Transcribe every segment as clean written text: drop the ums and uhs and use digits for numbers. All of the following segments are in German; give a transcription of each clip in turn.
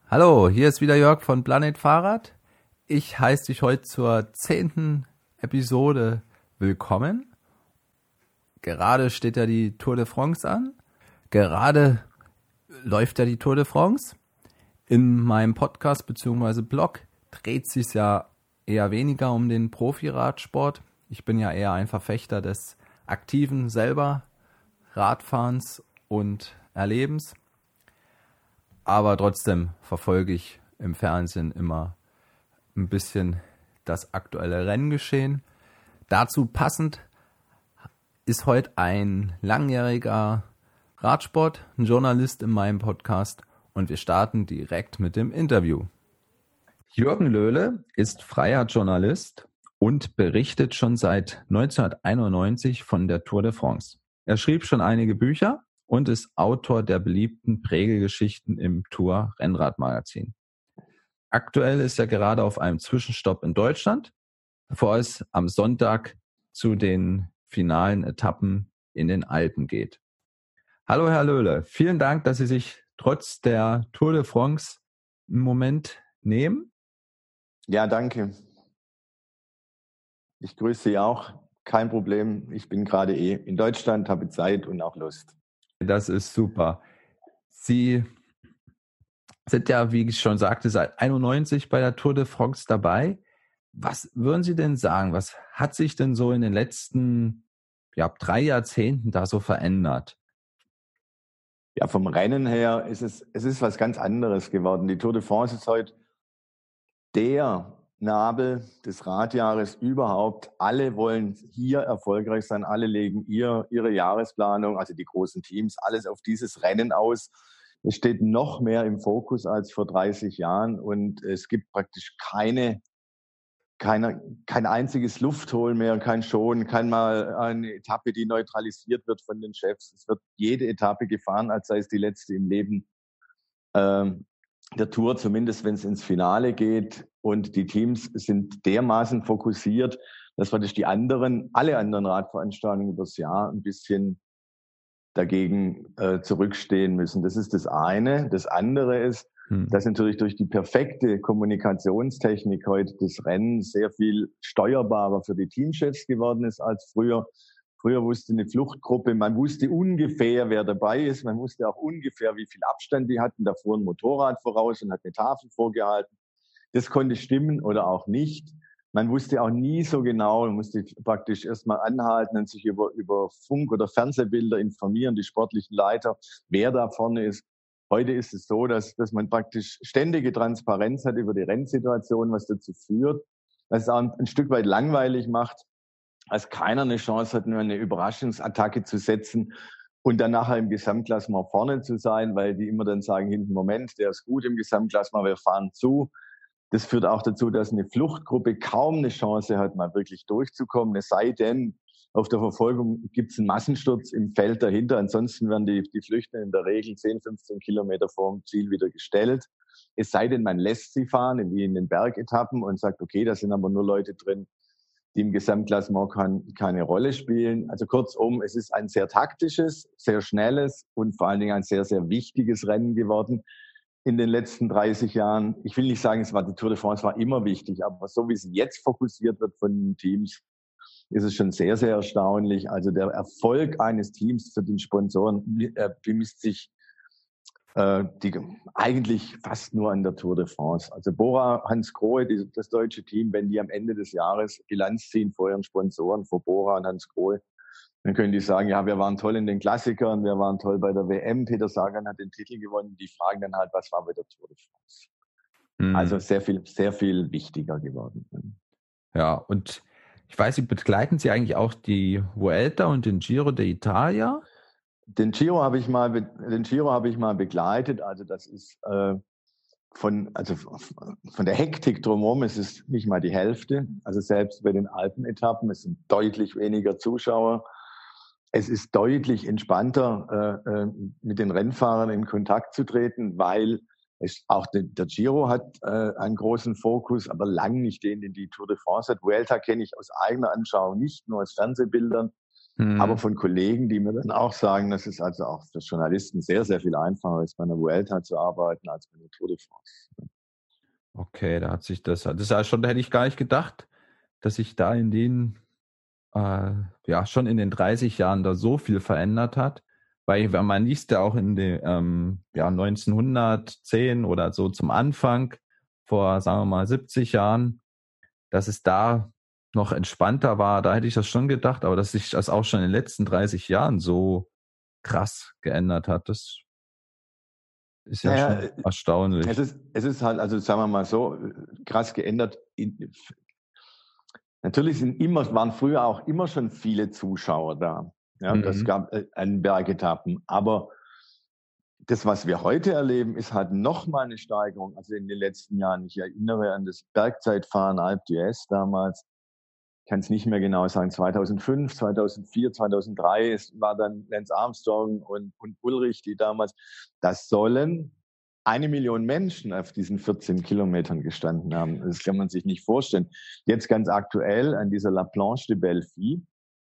Hallo, hier ist wieder Jörg von Planet Fahrrad. Ich heiße dich heute zur 10. Episode willkommen. Gerade steht ja die Tour de France an. Gerade läuft ja die Tour de France. In meinem Podcast bzw. Blog dreht es sich ja eher weniger um den Profi-Radsport. Ich bin ja eher ein Verfechter des aktiven selber Radfahrens und Erlebens. Aber trotzdem verfolge ich im Fernsehen immer ein bisschen das aktuelle Renngeschehen. Dazu passend ist heute ein langjähriger Radsport-Journalist in meinem Podcast und wir starten direkt mit dem Interview. Jürgen Löhle ist freier Journalist und berichtet schon seit 1991 von der Tour de France. Er schrieb schon einige Bücher und ist Autor der beliebten Prägegeschichten im Tour-Rennradmagazin. Aktuell ist er gerade auf einem Zwischenstopp in Deutschland, bevor es am Sonntag zu den finalen Etappen in den Alpen geht. Hallo Herr Löhle, vielen Dank, dass Sie sich trotz der Tour de France einen Moment nehmen. Ja, danke. Ich grüße Sie auch. Kein Problem. Ich bin gerade in Deutschland, habe Zeit und auch Lust. Das ist super. Sie sind ja, wie ich schon sagte, seit 91 bei der Tour de France dabei. Was würden Sie denn sagen? Was hat sich denn so in den letzten 3 Jahrzehnten da so verändert? Ja, vom Rennen her ist es ist was ganz anderes geworden. Die Tour de France ist heute der Nabel des Radjahres überhaupt. Alle wollen hier erfolgreich sein. Alle legen ihre Jahresplanung, also die großen Teams, alles auf dieses Rennen aus. Es steht noch mehr im Fokus als vor 30 Jahren und es gibt praktisch kein einziges Luftholen mehr, kein Schonen, kein mal eine Etappe, die neutralisiert wird von den Chefs. Es wird jede Etappe gefahren, als sei es die letzte im Leben der Tour, zumindest wenn es ins Finale geht. Und die Teams sind dermaßen fokussiert, dass praktisch alle anderen Radveranstaltungen übers Jahr ein bisschen dagegen zurückstehen müssen. Das ist das eine. Das andere ist, dass natürlich durch die perfekte Kommunikationstechnik heute das Rennen sehr viel steuerbarer für die Teamchefs geworden ist als früher. Früher wusste eine Fluchtgruppe, man wusste ungefähr, wer dabei ist. Man wusste auch ungefähr, wie viel Abstand die hatten. Da fuhr ein Motorrad voraus und hat eine Tafel vorgehalten. Das konnte stimmen oder auch nicht. Man wusste auch nie so genau, man musste praktisch erstmal anhalten und sich über Funk- oder Fernsehbilder informieren, die sportlichen Leiter, wer da vorne ist. Heute ist es so, dass man praktisch ständige Transparenz hat über die Rennsituation, was dazu führt, dass es auch ein Stück weit langweilig macht, als keiner eine Chance hat, nur eine Überraschungsattacke zu setzen und dann nachher im Gesamtklassement vorne zu sein, weil die immer dann sagen, hinten, Moment, der ist gut im Gesamtklassement, wir fahren zu. Das führt auch dazu, dass eine Fluchtgruppe kaum eine Chance hat, mal wirklich durchzukommen. Es sei denn, auf der Verfolgung gibt es einen Massensturz im Feld dahinter. Ansonsten werden die Flüchtenden in der Regel 10, 15 Kilometer vor dem Ziel wieder gestellt. Es sei denn, man lässt sie fahren, wie in den Bergetappen und sagt, okay, da sind aber nur Leute drin, die im Gesamtklassement keine Rolle spielen. Also kurzum, es ist ein sehr taktisches, sehr schnelles und vor allen Dingen ein sehr, sehr wichtiges Rennen geworden in den letzten 30 Jahren. Ich will nicht sagen, die Tour de France war immer wichtig, aber so wie sie jetzt fokussiert wird von den Teams, ist es schon sehr, sehr erstaunlich. Also der Erfolg eines Teams für den Sponsoren bemisst sich eigentlich fast nur an der Tour de France. Also Bora, Hansgrohe, das deutsche Team, wenn die am Ende des Jahres Bilanz ziehen vor ihren Sponsoren, vor Bora und Hansgrohe, dann können die sagen, ja, wir waren toll in den Klassikern, wir waren toll bei der WM, Peter Sagan hat den Titel gewonnen. Die fragen dann halt, was war bei der Tour de France? Also sehr viel wichtiger geworden. Ja, und ich weiß nicht, begleiten Sie eigentlich auch die Vuelta und den Giro d'Italia? Den Giro habe ich mal begleitet. Also das ist von der Hektik drumherum ist es nicht mal die Hälfte. Also selbst bei den Alpenetappen, es sind deutlich weniger Zuschauer. Es ist deutlich entspannter, mit den Rennfahrern in Kontakt zu treten, weil der Giro hat einen großen Fokus, aber lang nicht den die Tour de France hat. Vuelta kenne ich aus eigener Anschauung nicht, nur aus Fernsehbildern. Aber von Kollegen, die mir dann auch sagen, dass es also auch für Journalisten sehr, sehr viel einfacher ist, bei einer Vuelta zu arbeiten, als bei der Tour de France. Okay, da das ist ja schon, da hätte ich gar nicht gedacht, dass sich da in den, schon in den 30 Jahren da so viel verändert hat. Weil man liest ja auch in den, 1910 oder so zum Anfang, vor, sagen wir mal, 70 Jahren, dass es da noch entspannter war. Da hätte ich das schon gedacht, aber dass sich das auch schon in den letzten 30 Jahren so krass geändert hat, das ist ja schon erstaunlich. Es ist halt, also sagen wir mal so, krass geändert. Natürlich waren früher auch immer schon viele Zuschauer da. Ja, das gab an Bergetappen. Aber das, was wir heute erleben, ist halt nochmal eine Steigerung. Also in den letzten Jahren, ich erinnere an das Bergzeitfahren Alpe d'Huez damals, ich kann es nicht mehr genau sagen, 2005, 2004, 2003, es war dann Lance Armstrong und Ulrich, die damals, das sollen 1 Million Menschen auf diesen 14 Kilometern gestanden haben. Das kann man sich nicht vorstellen. Jetzt ganz aktuell an dieser La Planche de Belfi.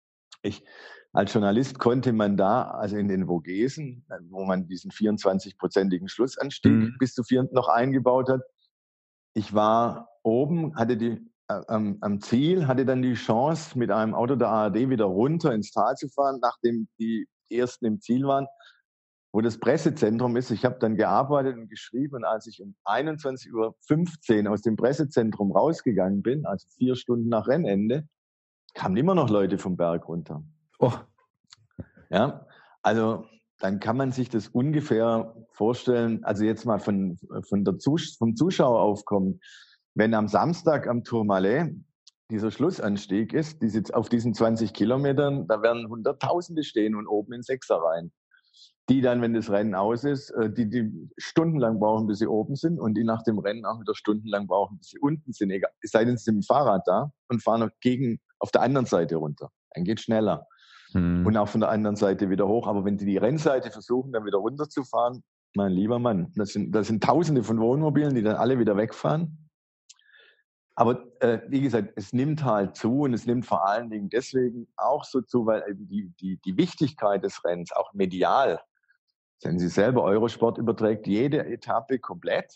Als Journalist konnte man da, also in den Vogesen, wo man diesen 24-prozentigen Schlussanstieg bis zu 4 noch eingebaut hat. Ich war oben, hatte am Ziel, hatte dann die Chance, mit einem Auto der ARD wieder runter ins Tal zu fahren, nachdem die ersten im Ziel waren, wo das Pressezentrum ist. Ich habe dann gearbeitet und geschrieben, und als ich um 21:15 Uhr aus dem Pressezentrum rausgegangen bin, also 4 Stunden nach Rennende, kamen immer noch Leute vom Berg runter. Oh. Ja, also dann kann man sich das ungefähr vorstellen, also jetzt mal vom Zuschaueraufkommen, wenn am Samstag am Tourmalet dieser Schlussanstieg ist, auf diesen 20 Kilometern, da werden Hunderttausende stehen und oben in Sechserreihen. Die dann, wenn das Rennen aus ist, die stundenlang brauchen, bis sie oben sind, und die nach dem Rennen auch wieder stundenlang brauchen, bis sie unten sind. Egal, es sei denn, sie sind mit dem Fahrrad da und fahren auf der anderen Seite runter. Dann geht schneller. Und auch von der anderen Seite wieder hoch. Aber wenn sie die Rennseite versuchen, dann wieder runterzufahren, mein lieber Mann, das sind Tausende von Wohnmobilen, die dann alle wieder wegfahren. Aber wie gesagt, es nimmt halt zu, und es nimmt vor allen Dingen deswegen auch so zu, weil die Wichtigkeit des Rennens auch medial, wenn Sie selber Eurosport überträgt, jede Etappe komplett.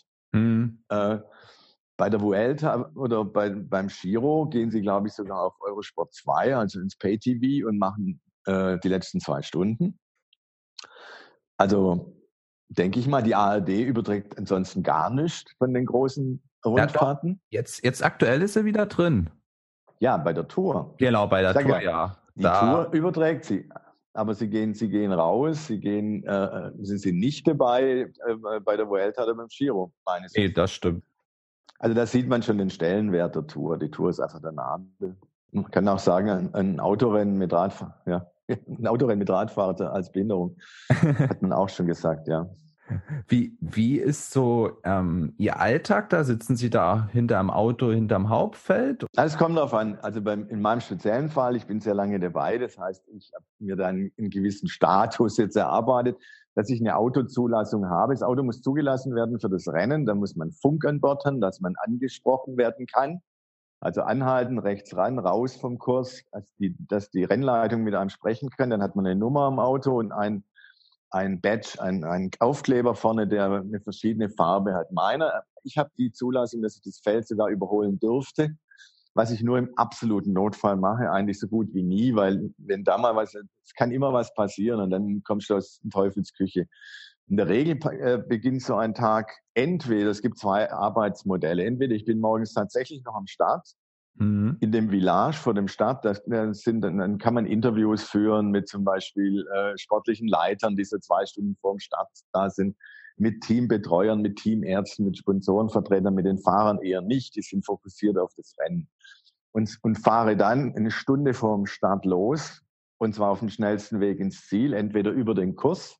Bei der Vuelta oder beim Giro gehen Sie, glaube ich, sogar auf Eurosport 2, also ins Pay-TV, und machen die letzten 2 Stunden. Also denke ich mal, die ARD überträgt ansonsten gar nichts von den großen Rundfahrten. Ja, jetzt aktuell ist sie wieder drin. Ja, bei der Tour. Genau, bei der Tour, ja. Die Tour überträgt sie. Aber sie gehen raus, sie sind nicht dabei bei der Vuelta oder beim Giro, meines Erachtens. Nee, das stimmt. Also da sieht man schon den Stellenwert der Tour. Die Tour ist einfach der Nabel. Man kann auch sagen, ein Autorennen mit Radfahrer als Behinderung, hat man auch schon gesagt, ja. Wie ist so Ihr Alltag da? Sitzen Sie da hinterm Auto, hinterm Hauptfeld? Es kommt darauf an. Also in meinem speziellen Fall, ich bin sehr lange dabei, das heißt, ich habe mir dann einen gewissen Status jetzt erarbeitet, dass ich eine Autozulassung habe. Das Auto muss zugelassen werden für das Rennen. Da muss man Funk an Bord haben, dass man angesprochen werden kann. Also anhalten, rechts ran, raus vom Kurs, dass die Rennleitung mit einem sprechen kann. Dann hat man eine Nummer am Auto und ein Badge, ein Aufkleber vorne, der eine verschiedene Farbe hat. Ich habe die Zulassung, dass ich das Feld sogar überholen dürfte, was ich nur im absoluten Notfall mache, eigentlich so gut wie nie, weil wenn da mal es kann immer was passieren, und dann kommst du aus der Teufelsküche. In der Regel beginnt so ein Tag es gibt 2 Arbeitsmodelle. Entweder ich bin morgens tatsächlich noch am Start, in dem Village vor dem Start, dann kann man Interviews führen mit zum Beispiel sportlichen Leitern, die so 2 Stunden vor dem Start da sind, mit Teambetreuern, mit Teamärzten, mit Sponsorenvertretern, mit den Fahrern eher nicht. Die sind fokussiert auf das Rennen. Und fahre dann eine Stunde vor dem Start los, und zwar auf dem schnellsten Weg ins Ziel, entweder über den Kurs,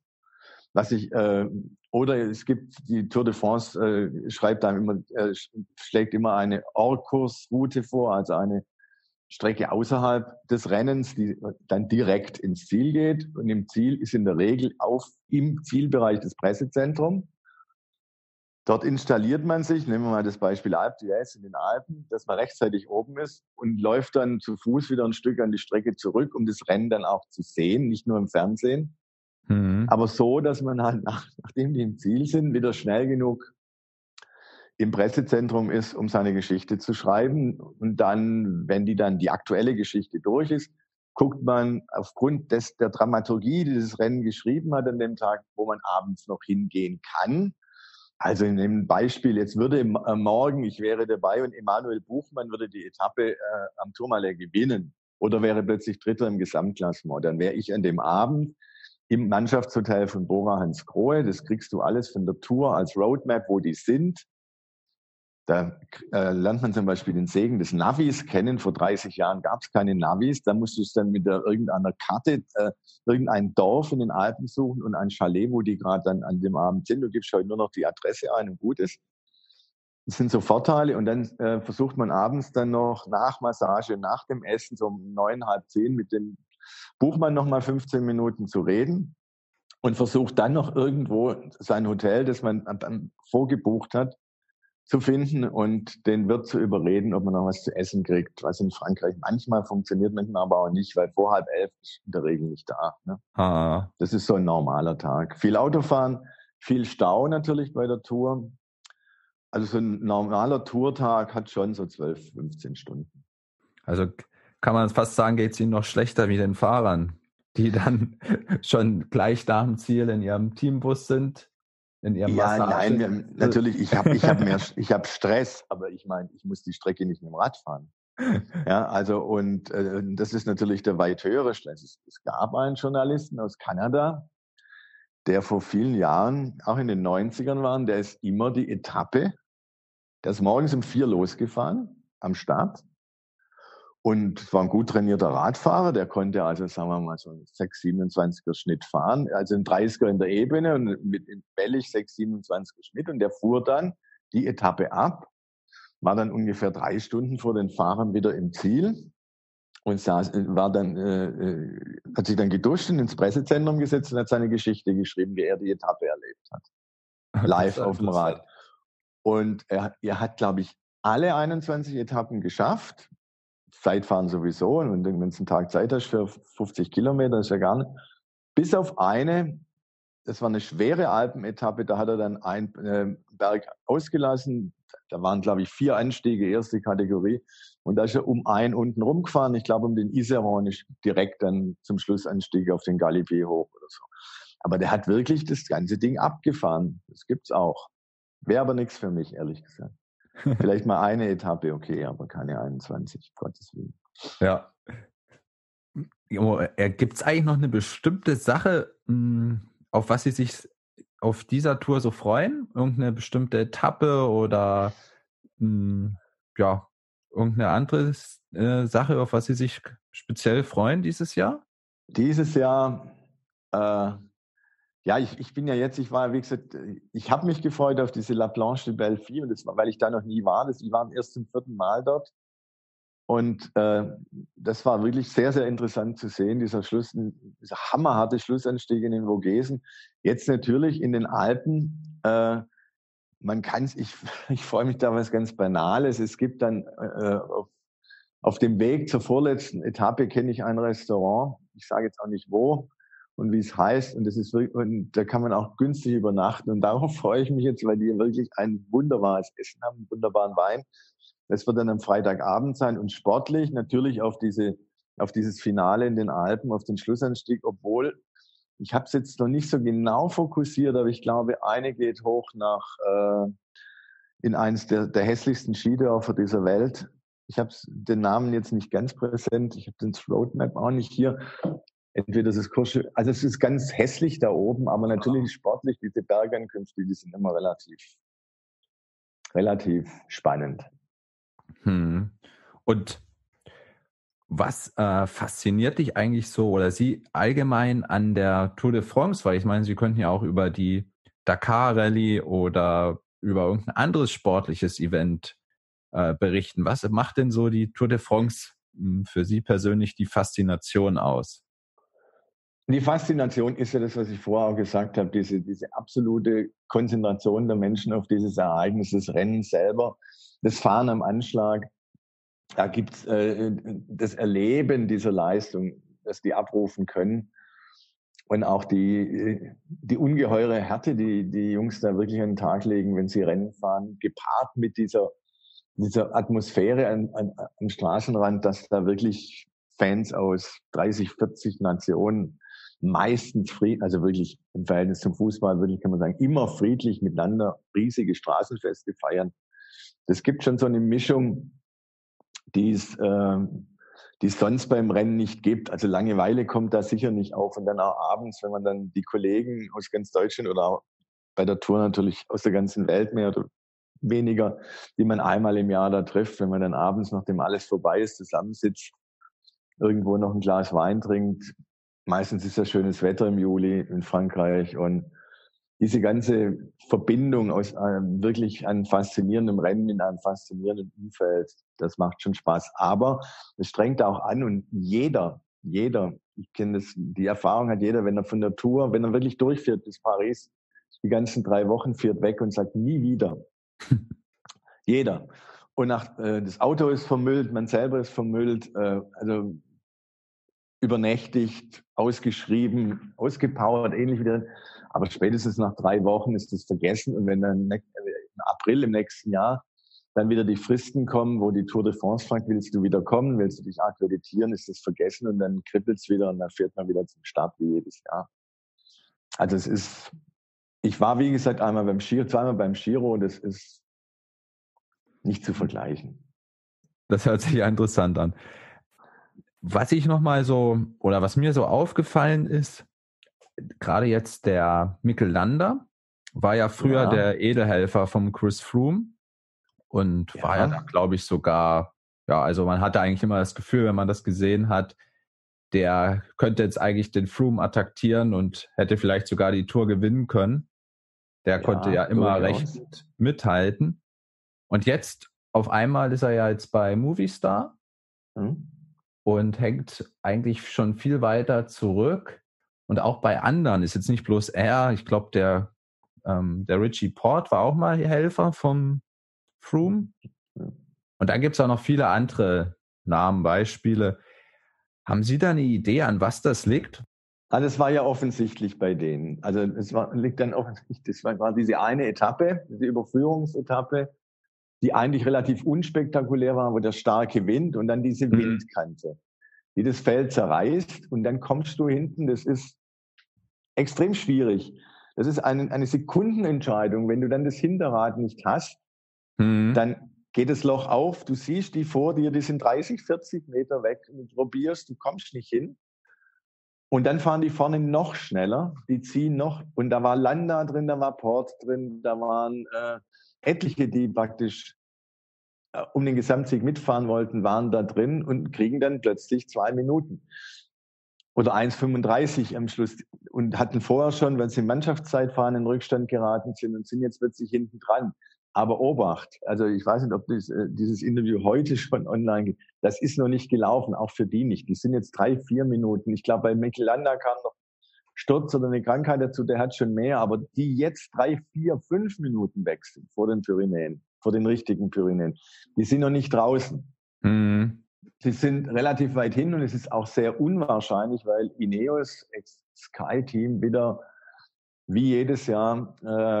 oder es gibt die Tour de France schlägt immer eine Hors-Kurs-Route vor, also eine Strecke außerhalb des Rennens, die dann direkt ins Ziel geht. Und im Ziel ist in der Regel im Zielbereich das Pressezentrum. Dort installiert man sich, nehmen wir mal das Beispiel Alpe d'Huez in den Alpen, dass man rechtzeitig oben ist und läuft dann zu Fuß wieder ein Stück an die Strecke zurück, um das Rennen dann auch zu sehen, nicht nur im Fernsehen. Aber so, dass man halt, nachdem die im Ziel sind, wieder schnell genug im Pressezentrum ist, um seine Geschichte zu schreiben. Und dann, wenn die aktuelle Geschichte durch ist, guckt man aufgrund der Dramaturgie, die das Rennen geschrieben hat an dem Tag, wo man abends noch hingehen kann. Also in dem Beispiel, jetzt würde morgen, ich wäre dabei und Emanuel Buchmann würde die Etappe am Tourmalet gewinnen oder wäre plötzlich Dritter im Gesamtklassement. Dann wäre ich an dem Abend im Mannschaftshotel von Bora Hansgrohe. Das kriegst du alles von der Tour als Roadmap, wo die sind. Da lernt man zum Beispiel den Segen des Navis kennen. Vor 30 Jahren gab es keine Navis. Da musst du es dann mit irgendeiner Karte, irgendein Dorf in den Alpen suchen und ein Chalet, wo die gerade dann an dem Abend sind. Du gibst heute nur noch die Adresse ein und gut ist. Das sind so Vorteile. Und dann versucht man abends dann noch nach Massage, nach dem Essen, so um 9, halb 10 mit dem Buchmann noch mal 15 Minuten zu reden und versucht dann noch irgendwo sein Hotel, das man dann vorgebucht hat, zu finden und den Wirt zu überreden, ob man noch was zu essen kriegt, was in Frankreich manchmal funktioniert, manchmal aber auch nicht, weil vor 10:30 ist in der Regel nicht da. Ne? Das ist so ein normaler Tag. Viel Autofahren, viel Stau natürlich bei der Tour. Also so ein normaler Tourtag hat schon so 12, 15 Stunden. Also kann man fast sagen, geht es ihnen noch schlechter wie den Fahrern, die dann schon gleich nach dem Ziel in ihrem Teambus sind. In ihrem Massage. Nein, natürlich, ich hab Stress, aber ich meine, ich muss die Strecke nicht mit dem Rad fahren. Ja, also und das ist natürlich der weit höhere Stress. Es gab einen Journalisten aus Kanada, der vor vielen Jahren, auch in den 90ern war, der ist immer die Etappe, der ist morgens um 4 losgefahren am Start. Und es war ein gut trainierter Radfahrer, der konnte also, sagen wir mal, so einen 6,27er Schnitt fahren, also ein 30er in der Ebene und mit wellig 6,27er Schnitt. Und der fuhr dann die Etappe ab, war dann ungefähr 3 Stunden vor den Fahrern wieder im Ziel und hat sich dann geduscht und ins Pressezentrum gesetzt und hat seine Geschichte geschrieben, wie er die Etappe erlebt hat. Live auf dem Rad. Und er hat, glaube ich, alle 21 Etappen geschafft. Zeitfahren sowieso, und wenn du einen Tag Zeit hast für 50 Kilometer, ist ja gar nicht. Bis auf eine, das war eine schwere Alpenetappe, da hat er dann einen Berg ausgelassen. Da waren, glaube ich, 4 Anstiege, erste Kategorie. Und da ist er um einen unten rumgefahren. Ich glaube, um den Iseron ist direkt dann zum Schlussanstieg auf den Galibier hoch oder so. Aber der hat wirklich das ganze Ding abgefahren. Das gibt's auch. Wäre aber nichts für mich, ehrlich gesagt. Vielleicht mal eine Etappe, okay, aber keine 21, Gottes Willen. Ja. Gibt es eigentlich noch eine bestimmte Sache, auf was Sie sich auf dieser Tour so freuen? Irgendeine bestimmte Etappe oder irgendeine andere Sache, auf was Sie sich speziell freuen dieses Jahr? Dieses Jahr, ich bin ja jetzt, ich habe mich gefreut auf diese La Planche de Belleville, und das war, weil ich da noch nie war. Ich war erst zum 4. Mal dort. Und das war wirklich sehr, sehr interessant zu sehen, dieser hammerharte Schlussanstieg in den Vogesen. Jetzt natürlich in den Alpen, ich freue mich da was ganz Banales. Es gibt dann auf dem Weg zur vorletzten Etappe kenne ich ein Restaurant. Ich sage jetzt auch nicht wo und wie es heißt. Und da kann man auch günstig übernachten. Und darauf freue ich mich jetzt, weil die wirklich ein wunderbares Essen haben, einen wunderbaren Wein. Das wird dann am Freitagabend sein und sportlich natürlich auf dieses Finale in den Alpen, auf den Schlussanstieg, obwohl ich habe es jetzt noch nicht so genau fokussiert, aber ich glaube, eine geht hoch in eines der hässlichsten Skidörfer dieser Welt. Ich habe den Namen jetzt nicht ganz präsent, ich habe den Roadmap auch nicht hier. Entweder das ist Kursche, also es ist ganz hässlich da oben, aber natürlich sportlich, diese Bergankünfte, die sind immer relativ spannend. Und was fasziniert dich eigentlich so oder Sie allgemein an der Tour de France? Weil ich meine, Sie könnten ja auch über die Dakar Rallye oder über irgendein anderes sportliches Event berichten. Was macht denn so die Tour de France für Sie persönlich die Faszination aus? Die Faszination ist ja das, was ich vorher auch gesagt habe, diese absolute Konzentration der Menschen auf dieses Ereignis, das Rennen selber, das Fahren am Anschlag. Da gibt's das Erleben dieser Leistung, dass die abrufen können. Und auch die ungeheure Härte, die Jungs da wirklich an den Tag legen, wenn sie Rennen fahren, gepaart mit dieser Atmosphäre am Straßenrand, dass da wirklich Fans aus 30, 40 Nationen meistens also wirklich im Verhältnis zum Fußball, wirklich kann man sagen, immer friedlich miteinander riesige Straßenfeste feiern. Das gibt schon so eine Mischung, die es sonst beim Rennen nicht gibt. Also Langeweile kommt da sicher nicht auf. Und dann auch abends, wenn man dann die Kollegen aus ganz Deutschland oder auch bei der Tour natürlich aus der ganzen Welt mehr oder weniger, die man einmal im Jahr da trifft, wenn man dann abends, nachdem alles vorbei ist, zusammensitzt, irgendwo noch ein Glas Wein trinkt. Meistens ist ja schönes Wetter im Juli in Frankreich und diese ganze Verbindung aus wirklich einem faszinierenden Rennen in einem faszinierenden Umfeld, das macht schon Spaß. Aber es strengt auch an und jeder, ich kenne das, die Erfahrung hat jeder, wenn er von der Tour, wenn er wirklich durchfährt bis Paris, die ganzen 3 Wochen fährt weg und sagt nie wieder. Jeder. Und das Auto ist vermüllt, man selber ist vermüllt, also übernächtigt, ausgeschrieben, ausgepowert, ähnlich wie der. Aber spätestens nach 3 Wochen ist das vergessen. Und wenn dann im April im nächsten Jahr dann wieder die Fristen kommen, wo die Tour de France fragt, willst du wieder kommen, willst du dich akkreditieren, ist das vergessen und dann kribbelt es wieder und dann fährt man wieder zum Start wie jedes Jahr. Also ich war wie gesagt zweimal beim Giro, das ist nicht zu vergleichen. Das hört sich ja interessant an. Was was mir so aufgefallen ist, gerade jetzt der Mikel Landa war ja früher der Edelhelfer vom Chris Froome und war ja da, glaube ich, sogar, also man hatte eigentlich immer das Gefühl, wenn man das gesehen hat, der könnte jetzt eigentlich den Froome attackieren und hätte vielleicht sogar die Tour gewinnen können. Der konnte ja immer recht mithalten. Und jetzt auf einmal ist er ja jetzt bei Movistar und hängt eigentlich schon viel weiter zurück. Und auch bei anderen ist jetzt nicht bloß er, ich glaube, der Richie Porte war auch mal Helfer vom Froome. Und dann gibt es auch noch viele andere Namen, Beispiele. Haben Sie da eine Idee, an was das liegt? Also es war ja offensichtlich bei denen. Also liegt dann offensichtlich, das war diese eine Etappe, diese Überführungsetappe, die eigentlich relativ unspektakulär war, wo der starke Wind und dann diese Windkante, die das Feld zerreißt und dann kommst du hinten, das ist extrem schwierig. Das ist eine Sekundenentscheidung. Wenn du dann das Hinterrad nicht hast, dann geht das Loch auf, du siehst die vor dir, die sind 30, 40 Meter weg und du probierst, du kommst nicht hin. Und dann fahren die vorne noch schneller, die ziehen noch, und da war Landa drin, da war Porte drin, da waren etliche, die praktisch um den Gesamtsieg mitfahren wollten, waren da drin und kriegen dann plötzlich 2 Minuten. Oder 1,35 am Schluss und hatten vorher schon, wenn sie in Mannschaftszeit fahren, in Rückstand geraten sind und sind jetzt plötzlich hinten dran. Aber Obacht, also ich weiß nicht, ob dieses Interview heute schon online geht, das ist noch nicht gelaufen, auch für die nicht. Die sind jetzt 3, 4 Minuten. Ich glaube, bei Mikel Landa kam noch Sturz oder eine Krankheit dazu, der hat schon mehr, aber die jetzt 3, 4, 5 Minuten weg sind vor den Pyrenäen, vor den richtigen Pyrenäen, die sind noch nicht draußen. Sie sind relativ weit hin und es ist auch sehr unwahrscheinlich, weil Ineos, Sky-Team, wieder wie jedes Jahr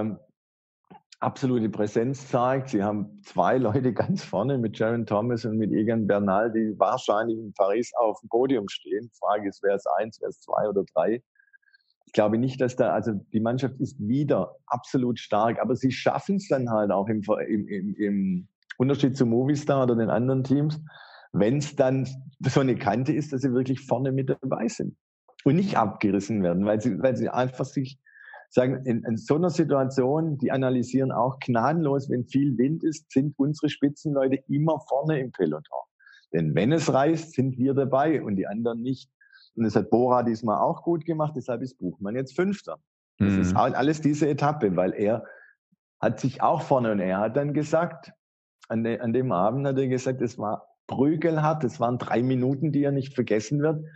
absolute Präsenz zeigt. Sie haben 2 Leute ganz vorne mit Geraint Thomas und mit Egan Bernal, die wahrscheinlich in Paris auf dem Podium stehen. Die Frage ist, wer ist 1, wer ist 2 oder 3? Ich glaube nicht, dass also die Mannschaft ist wieder absolut stark, aber sie schaffen es dann halt auch im Unterschied zu Movistar oder den anderen Teams, wenn es dann so eine Kante ist, dass sie wirklich vorne mit dabei sind und nicht abgerissen werden, weil sie einfach sich sagen, in so einer Situation, die analysieren auch gnadenlos, wenn viel Wind ist, sind unsere Spitzenleute immer vorne im Peloton. Denn wenn es reißt, sind wir dabei und die anderen nicht. Und das hat Bora diesmal auch gut gemacht, deshalb ist Buchmann jetzt 5. Das ist alles diese Etappe, weil er hat sich auch vorne, und er hat dann gesagt, an dem Abend hat er gesagt, es war prügelhart, es waren 3 Minuten, die er nicht vergessen wird.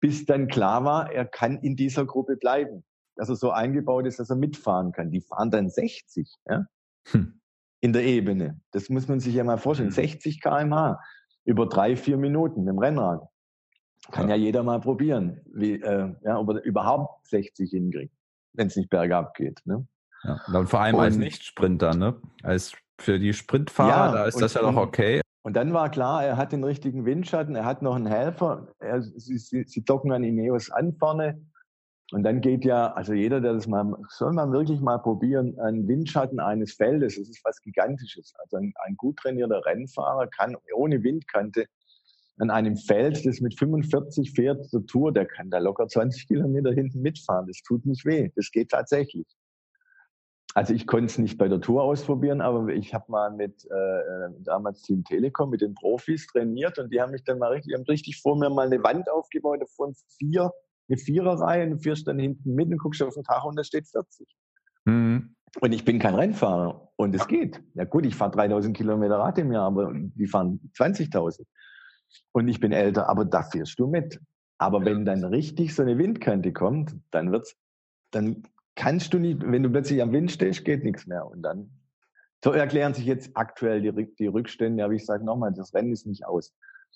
bis dann klar war, er kann in dieser Gruppe bleiben. Dass er so eingebaut ist, dass er mitfahren kann. Die fahren dann 60, ja? In der Ebene. Das muss man sich ja mal vorstellen. 60 km/h über 3-4 Minuten mit dem Rennrad. Kann ja jeder mal probieren, ob er überhaupt 60 hinkriegt, wenn es nicht bergab geht. Ne? Ja, und vor allem als Nicht-Sprinter, ne? Als für die Sprintfahrer, da ist das ja doch okay. Und dann war klar, er hat den richtigen Windschatten, er hat noch einen Helfer, sie docken an Ineos an vorne. Und dann geht ja, also jeder, der das soll man wirklich mal probieren, einen Windschatten eines Feldes, das ist was Gigantisches. Also ein gut trainierter Rennfahrer kann ohne Windkante an einem Feld, das mit 45 fährt zur Tour, der kann da locker 20 Kilometer hinten mitfahren. Das tut nicht weh. Das geht tatsächlich. Also ich konnte es nicht bei der Tour ausprobieren, aber ich habe mal mit damals Team Telekom mit den Profis trainiert und die haben mich dann mal richtig vor mir mal eine Wand aufgebaut von eine Viererreihe, und du fährst dann hinten mit und guckst auf den Tacho und da steht 40. Mhm. Und ich bin kein Rennfahrer und es geht. Ja gut, ich fahre 3000 Kilometer Rad im Jahr, aber die fahren 20.000. Und ich bin älter, aber da fährst du mit. Aber wenn dann richtig so eine Windkante kommt, dann kannst du nicht, wenn du plötzlich am Wind stehst, geht nichts mehr. Und dann, so erklären sich jetzt aktuell die Rückstände. Aber ich sage nochmal, das Rennen ist nicht aus.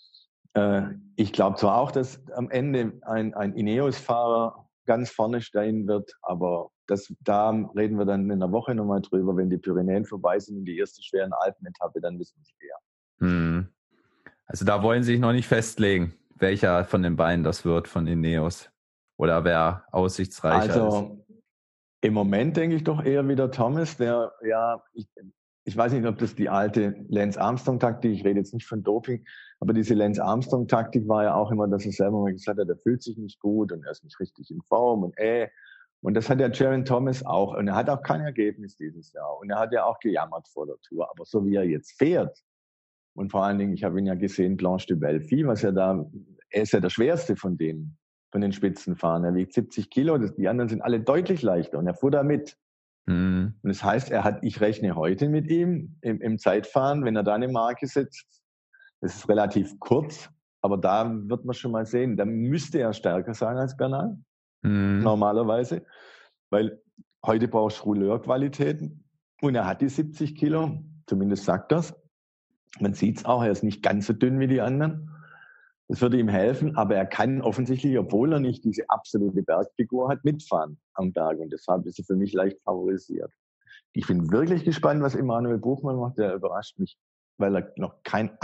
Ich glaube zwar auch, dass am Ende ein Ineos-Fahrer ganz vorne stehen wird, aber da reden wir dann in einer Woche nochmal drüber, wenn die Pyrenäen vorbei sind und die erste schweren Alpenetappe, dann wissen wir es eher. Also da wollen sie sich noch nicht festlegen, welcher von den beiden das wird von Ineos oder wer aussichtsreicher ist. Also im Moment denke ich doch eher wieder Thomas, der ich weiß nicht, ob das die alte Lance Armstrong-Taktik, ich rede jetzt nicht von Doping, aber diese Lance Armstrong-Taktik war ja auch immer, dass er selber mal gesagt hat, er fühlt sich nicht gut und er ist nicht richtig in Form und das hat ja Geraint Thomas auch und er hat auch kein Ergebnis dieses Jahr und er hat ja auch gejammert vor der Tour, aber so wie er jetzt fährt und vor allen Dingen, ich habe ihn ja gesehen, Blanche de Belleville, er ist ja der schwerste von den Spitzenfahrern, er wiegt 70 Kilo, die anderen sind alle deutlich leichter und er fuhr da mit. Und das heißt, ich rechne heute mit ihm im Zeitfahren, wenn er da eine Marke setzt. Das ist relativ kurz, aber da wird man schon mal sehen, da müsste er stärker sein als Bernal, normalerweise, weil heute brauchst du Rouleur-Qualitäten und er hat die 70 Kilo, zumindest sagt das. Man sieht es auch, er ist nicht ganz so dünn wie die anderen. Das würde ihm helfen, aber er kann offensichtlich, obwohl er nicht diese absolute Bergfigur hat, mitfahren am Berg. Und deshalb ist er für mich leicht favorisiert. Ich bin wirklich gespannt, was Emanuel Buchmann macht. Der überrascht mich, weil er noch keine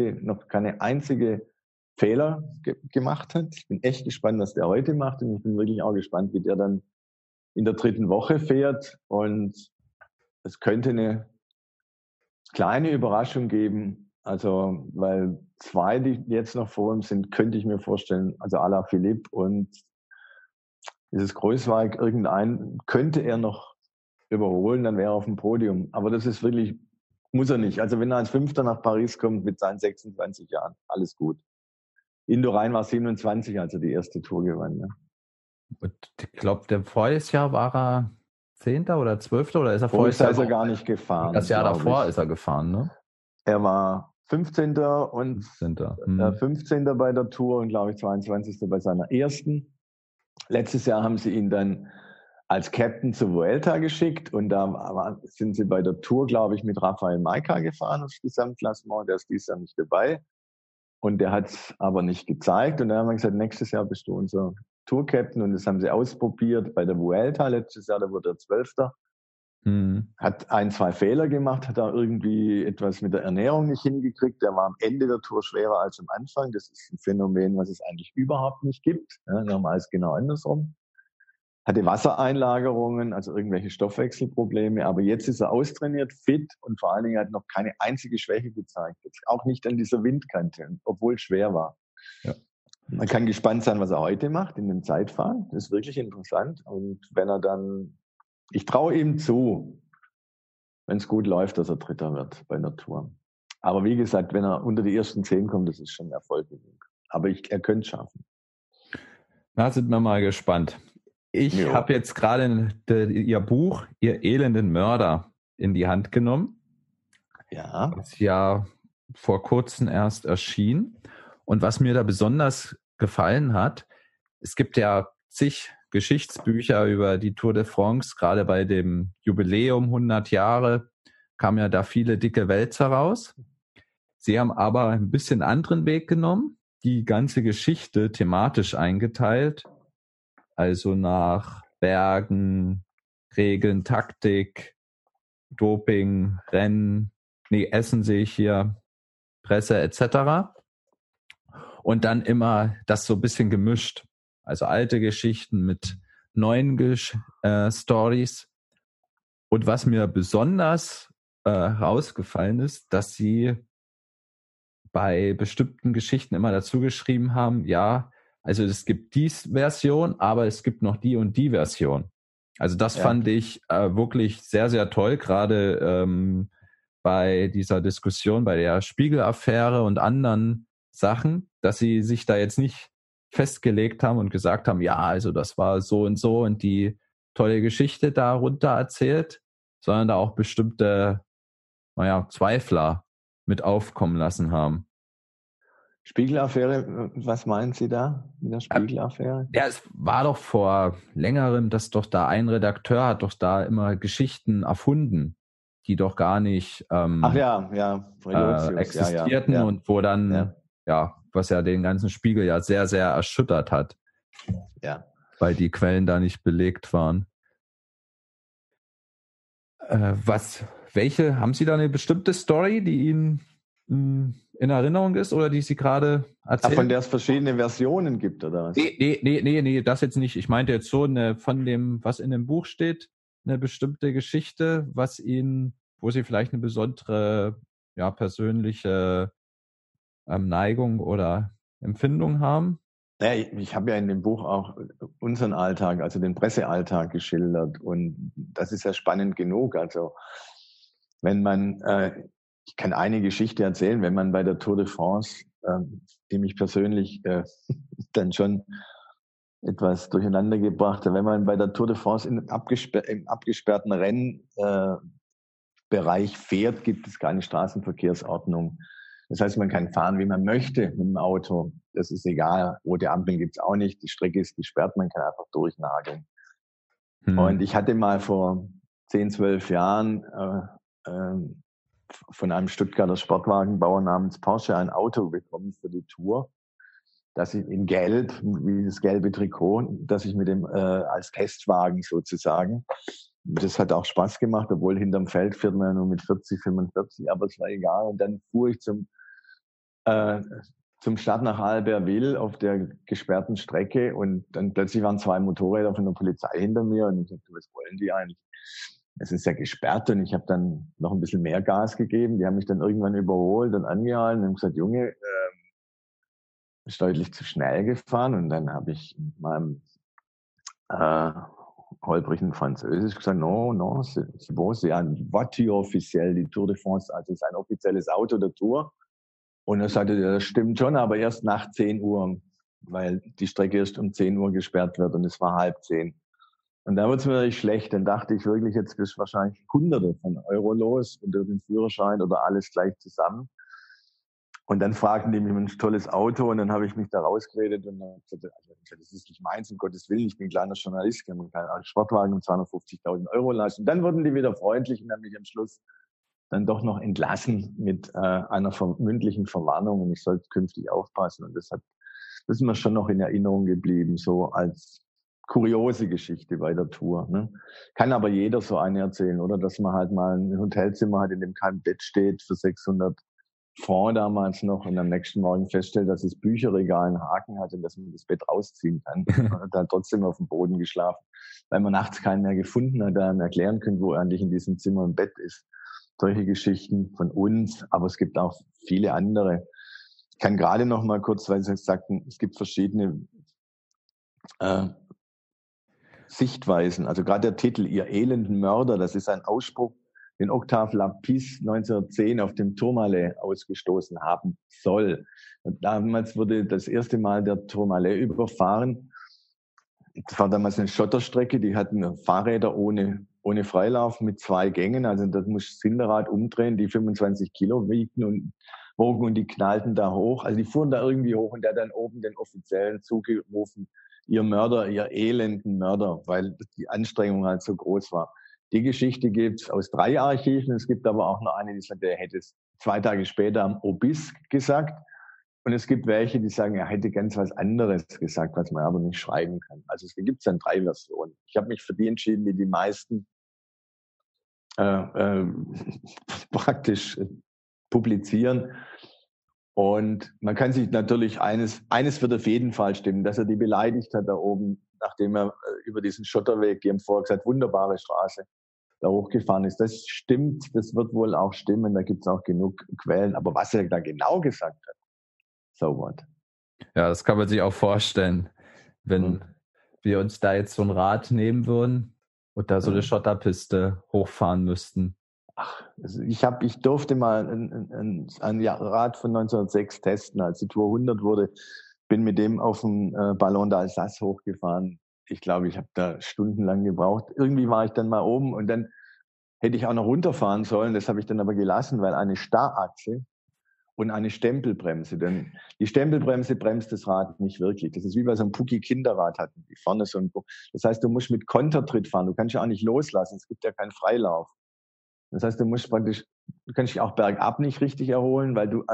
einzige Fehler gemacht hat. Ich bin echt gespannt, was der heute macht. Und ich bin wirklich auch gespannt, wie der dann in der 3. Woche fährt. Und es könnte eine kleine Überraschung geben. Also, weil 2, die jetzt noch vor ihm sind, könnte ich mir vorstellen, also Alaphilippe und dieses Kruijswijk, irgendeinen könnte er noch überholen, dann wäre er auf dem Podium. Aber das ist wirklich, muss er nicht. Also wenn er als 5. nach Paris kommt mit seinen 26 Jahren, alles gut. Indurain war 27, als er die erste Tour gewann. Ne? Und ich glaube, der voriges Jahr war er 10. oder 12. oder ist er voriges Jahr? Ist er gar nicht gefahren. Das Jahr davor ist er gefahren, ne? Er war 15. und 15. bei der Tour und glaube ich 22. bei seiner ersten. Letztes Jahr haben sie ihn dann als Captain zur Vuelta geschickt und da sind sie bei der Tour, glaube ich, mit Rafael Majka gefahren, das Gesamtklassement. Der ist dieses Jahr nicht dabei und der hat es aber nicht gezeigt und dann haben wir gesagt, nächstes Jahr bist du unser Tour-Captain und das haben sie ausprobiert bei der Vuelta letztes Jahr, da wurde er 12. Hat 1-2 Fehler gemacht, hat da irgendwie etwas mit der Ernährung nicht hingekriegt. Der war am Ende der Tour schwerer als am Anfang. Das ist ein Phänomen, was es eigentlich überhaupt nicht gibt. Ja, normal ist genau andersrum. Hatte Wassereinlagerungen, also irgendwelche Stoffwechselprobleme. Aber jetzt ist er austrainiert, fit und vor allen Dingen hat noch keine einzige Schwäche gezeigt. Jetzt auch nicht an dieser Windkante, obwohl es schwer war. Ja. Man kann gespannt sein, was er heute macht in dem Zeitfahren. Das ist wirklich interessant. Und wenn er dann ich traue ihm zu, wenn es gut läuft, dass er Dritter wird bei der Tour. Aber wie gesagt, wenn er unter die ersten 10 kommt, das ist schon ein Erfolg genug. Aber er könnte es schaffen. Na, sind wir mal gespannt. Ich habe jetzt gerade Ihr Buch, Ihr elenden Mörder, in die Hand genommen. Ja. Das ja vor kurzem erst erschien. Und was mir da besonders gefallen hat, es gibt ja zig Geschichtsbücher über die Tour de France, gerade bei dem Jubiläum 100 Jahre kamen ja da viele dicke Wälzer raus. Sie haben aber ein bisschen anderen Weg genommen, die ganze Geschichte thematisch eingeteilt, also nach Bergen, Regeln, Taktik, Doping, Rennen, Essen sehe ich hier, Presse etc. Und dann immer das so ein bisschen gemischt. Also alte Geschichten mit neuen Stories. Und was mir besonders rausgefallen ist, dass sie bei bestimmten Geschichten immer dazu geschrieben haben, ja, also es gibt die Version, aber es gibt noch die und die Version. Also das fand ich wirklich sehr, sehr toll, gerade bei dieser Diskussion, bei der Spiegel-Affäre und anderen Sachen, dass sie sich da jetzt nicht festgelegt haben und gesagt haben, ja, also das war so und die tolle Geschichte darunter erzählt, sondern da auch bestimmte, Zweifler mit aufkommen lassen haben. Spiegel-Affäre, was meinen Sie da mit der Spiegel-Affäre? Ja, es war doch vor längerem, dass doch da ein Redakteur hat doch da immer Geschichten erfunden, die doch gar nicht existierten und wo dann, was ja den ganzen Spiegel ja sehr, sehr erschüttert hat. Ja. Weil die Quellen da nicht belegt waren. Haben Sie da eine bestimmte Story, die Ihnen in Erinnerung ist oder die Sie gerade erzählen? Von der es verschiedene Versionen gibt, oder was? Nee, das jetzt nicht. Ich meinte jetzt so von dem, was in dem Buch steht, eine bestimmte Geschichte, wo Sie vielleicht eine besondere, persönliche Neigung oder Empfindung haben. Ja, ich habe ja in dem Buch auch unseren Alltag, also den Pressealltag geschildert und das ist ja spannend genug. Also wenn man, ich kann eine Geschichte erzählen, wenn man bei der Tour de France, die mich persönlich dann schon etwas durcheinander gebracht hat, wenn man bei der Tour de France im abgesperrten Rennbereich fährt, gibt es keine Straßenverkehrsordnung. Das heißt, man kann fahren, wie man möchte mit dem Auto. Das ist egal. Rote Ampeln gibt's auch nicht. Die Strecke ist gesperrt. Man kann einfach durchnageln. Und ich hatte mal vor 10, 12 Jahren von einem Stuttgarter Sportwagenbauer namens Porsche ein Auto bekommen für die Tour, das ich in Gelb, wie das gelbe Trikot, das ich mit dem als Testwagen sozusagen. Das hat auch Spaß gemacht, obwohl hinterm Feld fährt man ja nur mit 40, 45, aber es war egal. Und dann fuhr ich zum Start nach Albertville auf der gesperrten Strecke und dann plötzlich waren 2 Motorräder von der Polizei hinter mir und ich dachte, was wollen die eigentlich? Es ist ja gesperrt und ich habe dann noch ein bisschen mehr Gas gegeben. Die haben mich dann irgendwann überholt und angehalten und gesagt, Junge, ist deutlich zu schnell gefahren und dann habe ich mit meinem holprigen Französisch gesagt, non, c'est bon, c'est une voiture officielle, die Tour de France, also es ist ein offizielles Auto der Tour. Und er sagte, das stimmt schon, aber erst nach 10 Uhr, weil die Strecke erst um 10 Uhr gesperrt wird und es war 9:30. Und da wurde es mir natürlich schlecht. Dann dachte ich wirklich, jetzt bist du wahrscheinlich Hunderte von Euro los unter den Führerschein oder alles gleich zusammen. Und dann fragten die mich um ein tolles Auto und dann habe ich mich da rausgeredet und dann gesagt, das ist nicht meins, um Gottes Willen, ich bin ein kleiner Journalist, ich kann mir keinen Sportwagen um 250.000 Euro leisten. Und dann wurden die wieder freundlich und haben mich am Schluss dann doch noch entlassen mit einer mündlichen Verwarnung und ich sollte künftig aufpassen. Und das ist mir schon noch in Erinnerung geblieben, so als kuriose Geschichte bei der Tour. Ne? Kann aber jeder so eine erzählen, oder? Dass man halt mal ein Hotelzimmer hat, in dem kein Bett steht für 600 Francs damals noch und am nächsten Morgen feststellt, dass das Bücherregal einen Haken hat und dass man das Bett rausziehen kann. Und dann trotzdem auf dem Boden geschlafen, weil man nachts keinen mehr gefunden hat, der einem erklären könnte, wo eigentlich in diesem Zimmer ein Bett ist. Solche Geschichten von uns, aber es gibt auch viele andere. Ich kann gerade noch mal kurz, weil Sie sagten, es gibt verschiedene Sichtweisen. Also gerade der Titel, Ihr elenden Mörder, das ist ein Ausspruch, den Octave Lapisse 1910 auf dem Tourmalet ausgestoßen haben soll. Und damals wurde das erste Mal der Tourmalet überfahren. Das war damals eine Schotterstrecke, die hatten Fahrräder ohne Freilauf mit 2 Gängen. Also das muss das Hinterrad umdrehen, die 25 Kilo wogen und die knallten da hoch. Also die fuhren da irgendwie hoch und der hat dann oben den Offiziellen zugerufen, ihr Mörder, ihr elenden Mörder, weil die Anstrengung halt so groß war. Die Geschichte gibt's aus 3 Archiven. Es gibt aber auch noch eine, die sagt, er hätte es 2 Tage später am Obisk gesagt. Und es gibt welche, die sagen, er hätte ganz was anderes gesagt, was man aber nicht schreiben kann. Also es gibt dann 3 Versionen. Ich habe mich für die entschieden, die meisten praktisch publizieren. Und man kann sich natürlich eines wird auf jeden Fall stimmen, dass er die beleidigt hat da oben, nachdem er über diesen Schotterweg, die haben vorher gesagt, wunderbare Straße, da hochgefahren ist. Das stimmt, das wird wohl auch stimmen, da gibt es auch genug Quellen. Aber was er da genau gesagt hat, so what? Ja, das kann man sich auch vorstellen, wenn wir uns da jetzt so ein Rad nehmen würden und da so eine Schotterpiste hochfahren müssten. Ach, also ich durfte mal ein Rad von 1906 testen, als die Tour 100 wurde. Bin mit dem auf dem Ballon d'Alsace hochgefahren. Ich glaube, ich habe da stundenlang gebraucht. Irgendwie war ich dann mal oben und dann hätte ich auch noch runterfahren sollen. Das habe ich dann aber gelassen, weil eine Starrachse und eine Stempelbremse. Denn die Stempelbremse bremst das Rad nicht wirklich. Das ist wie bei so einem Pucki-Kinderrad hatten die vorne so ein. Das heißt, du musst mit Kontertritt fahren. Du kannst ja auch nicht loslassen. Es gibt ja keinen Freilauf. Das heißt, du kannst dich auch bergab nicht richtig erholen, weil du